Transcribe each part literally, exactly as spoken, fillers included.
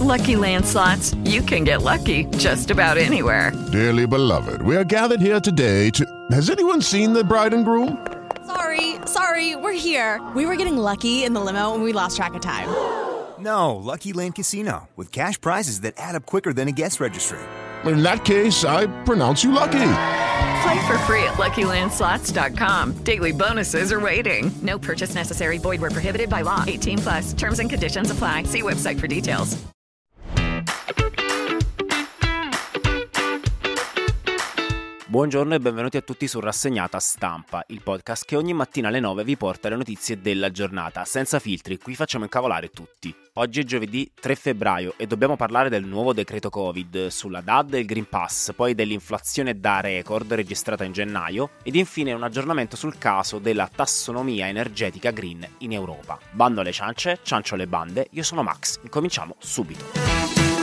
Lucky Land Slots, you can get lucky just about anywhere. Dearly beloved, we are gathered here today to... Has anyone seen the bride and groom? Sorry, sorry, we're here. We were getting lucky in the limo and we lost track of time. No, Lucky Land Casino, with cash prizes that add up quicker than a guest registry. In that case, I pronounce you lucky. Play for free at Lucky Land Slots dot com. Daily bonuses are waiting. No purchase necessary. Void where prohibited by law. eighteen plus. Terms and conditions apply. See website for details. Buongiorno e benvenuti a tutti su Rassegnata Stampa, il podcast che ogni mattina alle nove vi porta le notizie della giornata, senza filtri, qui facciamo incavolare tutti. Oggi è giovedì tre febbraio e dobbiamo parlare del nuovo decreto Covid, sulla D A D e il Green Pass, poi dell'inflazione da record registrata in gennaio ed infine un aggiornamento sul caso della tassonomia energetica green in Europa. Bando alle ciance, ciancio alle bande, io sono Max, incominciamo subito.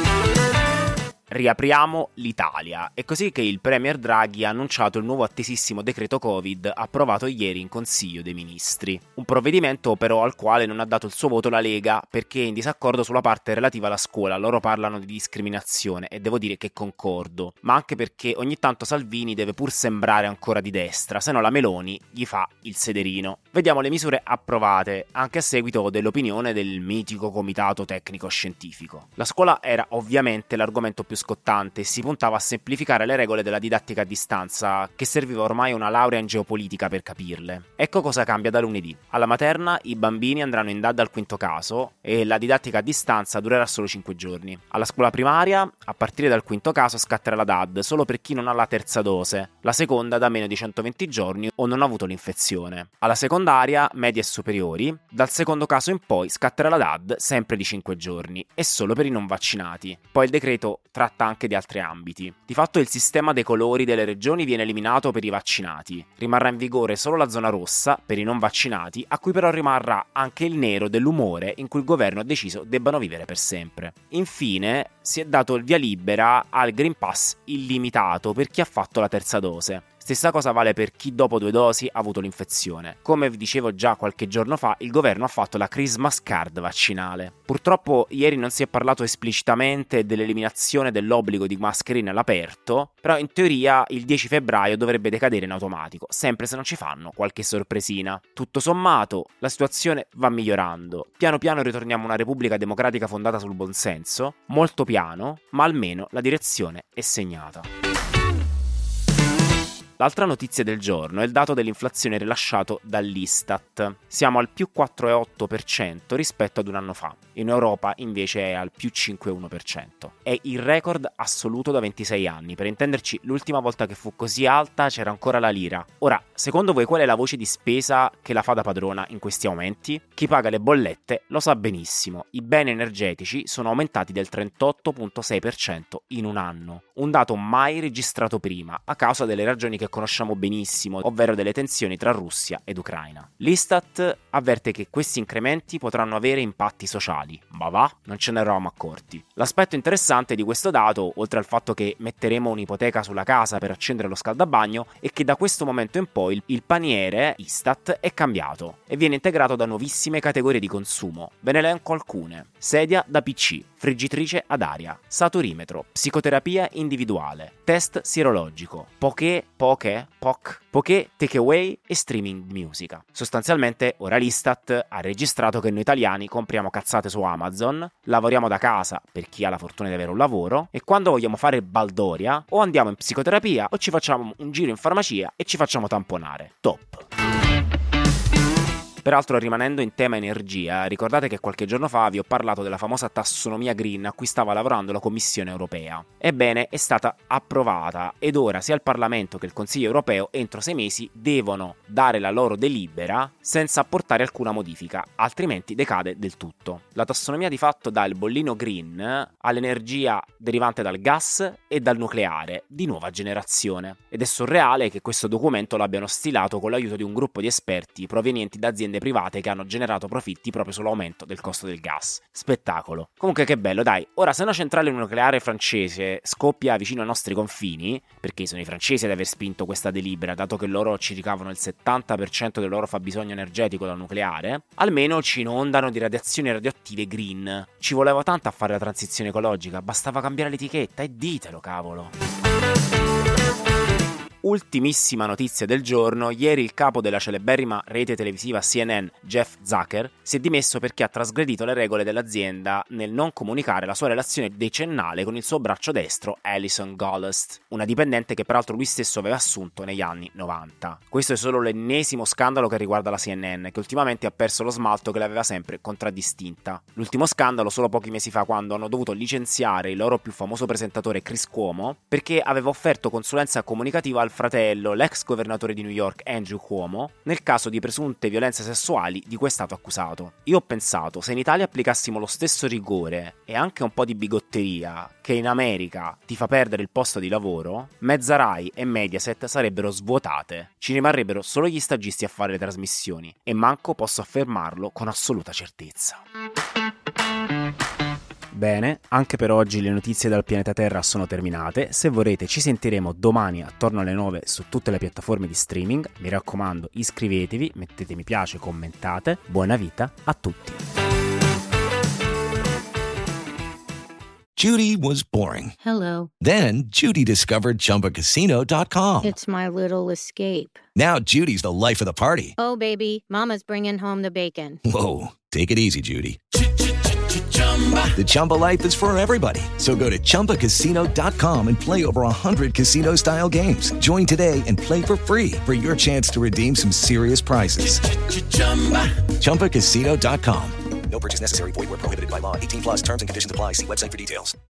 Riapriamo l'Italia. È così che il Premier Draghi ha annunciato il nuovo attesissimo decreto Covid approvato ieri in Consiglio dei Ministri. Un provvedimento però al quale non ha dato il suo voto la Lega perché è in disaccordo sulla parte relativa alla scuola. Loro parlano di discriminazione e devo dire che concordo, ma anche perché ogni tanto Salvini deve pur sembrare ancora di destra, se no la Meloni gli fa il sederino. Vediamo le misure approvate, anche a seguito dell'opinione del mitico Comitato Tecnico Scientifico. La scuola era ovviamente l'argomento più scottante e si puntava a semplificare le regole della didattica a distanza, che serviva ormai una laurea in geopolitica per capirle. Ecco cosa cambia da lunedì. Alla materna i bambini andranno in D A D al quinto caso e la didattica a distanza durerà solo cinque giorni. Alla scuola primaria, a partire dal quinto caso scatterà la D A D solo per chi non ha la terza dose, la seconda da meno di centoventi giorni o non ha avuto l'infezione. Alla secondaria, medie e superiori, dal secondo caso in poi scatterà la D A D sempre di cinque giorni e solo per i non vaccinati. Poi il decreto tratta anche di altri ambiti. Di fatto il sistema dei colori delle regioni viene eliminato per i vaccinati. Rimarrà in vigore solo la zona rossa per i non vaccinati, a cui però rimarrà anche il nero dell'umore in cui il governo ha deciso debbano vivere per sempre. Infine si è dato il via libera al Green Pass illimitato per chi ha fatto la terza dose. Stessa cosa vale per chi dopo due dosi ha avuto l'infezione. Come vi dicevo già qualche giorno fa, il governo ha fatto la Christmas card vaccinale. Purtroppo ieri non si è parlato esplicitamente dell'eliminazione dell'obbligo di mascherine all'aperto, però in teoria il dieci febbraio dovrebbe decadere in automatico, sempre se non ci fanno qualche sorpresina. Tutto sommato, la situazione va migliorando. Piano piano ritorniamo a una repubblica democratica fondata sul buonsenso, molto piano, ma almeno la direzione è segnata. L'altra notizia del giorno è il dato dell'inflazione rilasciato dall'Istat. Siamo al più quattro virgola otto per cento rispetto ad un anno fa. In Europa invece è al più cinque virgola uno per cento. È il record assoluto da ventisei anni. Per intenderci, l'ultima volta che fu così alta c'era ancora la lira. Ora, secondo voi qual è la voce di spesa che la fa da padrona in questi aumenti? Chi paga le bollette lo sa benissimo. I beni energetici sono aumentati del trentotto virgola sei per cento in un anno. Un dato mai registrato prima, a causa delle ragioni che conosciamo benissimo, ovvero delle tensioni tra Russia ed Ucraina. L'Istat avverte che questi incrementi potranno avere impatti sociali, ma va, non ce ne eravamo accorti. L'aspetto interessante di questo dato, oltre al fatto che metteremo un'ipoteca sulla casa per accendere lo scaldabagno, è che da questo momento in poi il, il paniere Istat è cambiato e viene integrato da nuovissime categorie di consumo. Ve ne elenco alcune: sedia da P C, friggitrice ad aria, saturimetro, psicoterapia individuale, test sierologico, poké, poké, poc, poké, takeaway e streaming di musica. Sostanzialmente ora l'Istat ha registrato che noi italiani compriamo cazzate su Amazon, lavoriamo da casa per chi ha la fortuna di avere un lavoro e quando vogliamo fare baldoria o andiamo in psicoterapia o ci facciamo un giro in farmacia e ci facciamo tamponare. Top! Peraltro, rimanendo in tema energia, ricordate che qualche giorno fa vi ho parlato della famosa tassonomia green a cui stava lavorando la Commissione europea. Ebbene, è stata approvata ed ora sia il Parlamento che il Consiglio europeo entro sei mesi devono dare la loro delibera senza apportare alcuna modifica, altrimenti decade del tutto. La tassonomia di fatto dà il bollino green all'energia derivante dal gas e dal nucleare di nuova generazione. Ed è surreale che questo documento l'abbiano stilato con l'aiuto di un gruppo di esperti provenienti da aziende aziende private che hanno generato profitti proprio sull'aumento del costo del gas. Spettacolo. Comunque che bello, dai. Ora, se una centrale nucleare francese scoppia vicino ai nostri confini, perché sono i francesi ad aver spinto questa delibera, dato che loro ci ricavano il settanta per cento del loro fabbisogno energetico dal nucleare, almeno ci inondano di radiazioni radioattive green. Ci voleva tanto a fare la transizione ecologica, bastava cambiare l'etichetta e ditelo, cavolo. Ultimissima notizia del giorno, ieri il capo della celeberrima rete televisiva C N N, Jeff Zucker, si è dimesso perché ha trasgredito le regole dell'azienda nel non comunicare la sua relazione decennale con il suo braccio destro, Alison Gollust, una dipendente che peraltro lui stesso aveva assunto negli anni novanta. Questo è solo l'ennesimo scandalo che riguarda la C N N, che ultimamente ha perso lo smalto che l'aveva sempre contraddistinta. L'ultimo scandalo solo pochi mesi fa, quando hanno dovuto licenziare il loro più famoso presentatore Chris Cuomo perché aveva offerto consulenza comunicativa al fratello, l'ex governatore di New York Andrew Cuomo, nel caso di presunte violenze sessuali di cui è stato accusato. Io ho pensato, se in Italia applicassimo lo stesso rigore e anche un po' di bigotteria che in America ti fa perdere il posto di lavoro, mezza Rai e Mediaset sarebbero svuotate. Ci rimarrebbero solo gli stagisti a fare le trasmissioni, e manco posso affermarlo con assoluta certezza. Bene, anche per oggi le notizie dal pianeta Terra sono terminate. Se vorrete ci sentiremo domani attorno alle nove su tutte le piattaforme di streaming. Mi raccomando, iscrivetevi, mettete mi piace, commentate. Buona vita a tutti. Judy was boring. Hello. Then Judy discovered Chumba Casino dot com. It's my little escape. Now Judy's the life of the party. Oh, baby, mama's bringing home the bacon. Whoa, take it easy, Judy. The Chumba life is for everybody. So go to Chumba Casino dot com and play over one hundred casino-style games. Join today and play for free for your chance to redeem some serious prizes. Chumba Casino dot com. No purchase necessary. Void where prohibited by law. eighteen plus terms and conditions apply. See website for details.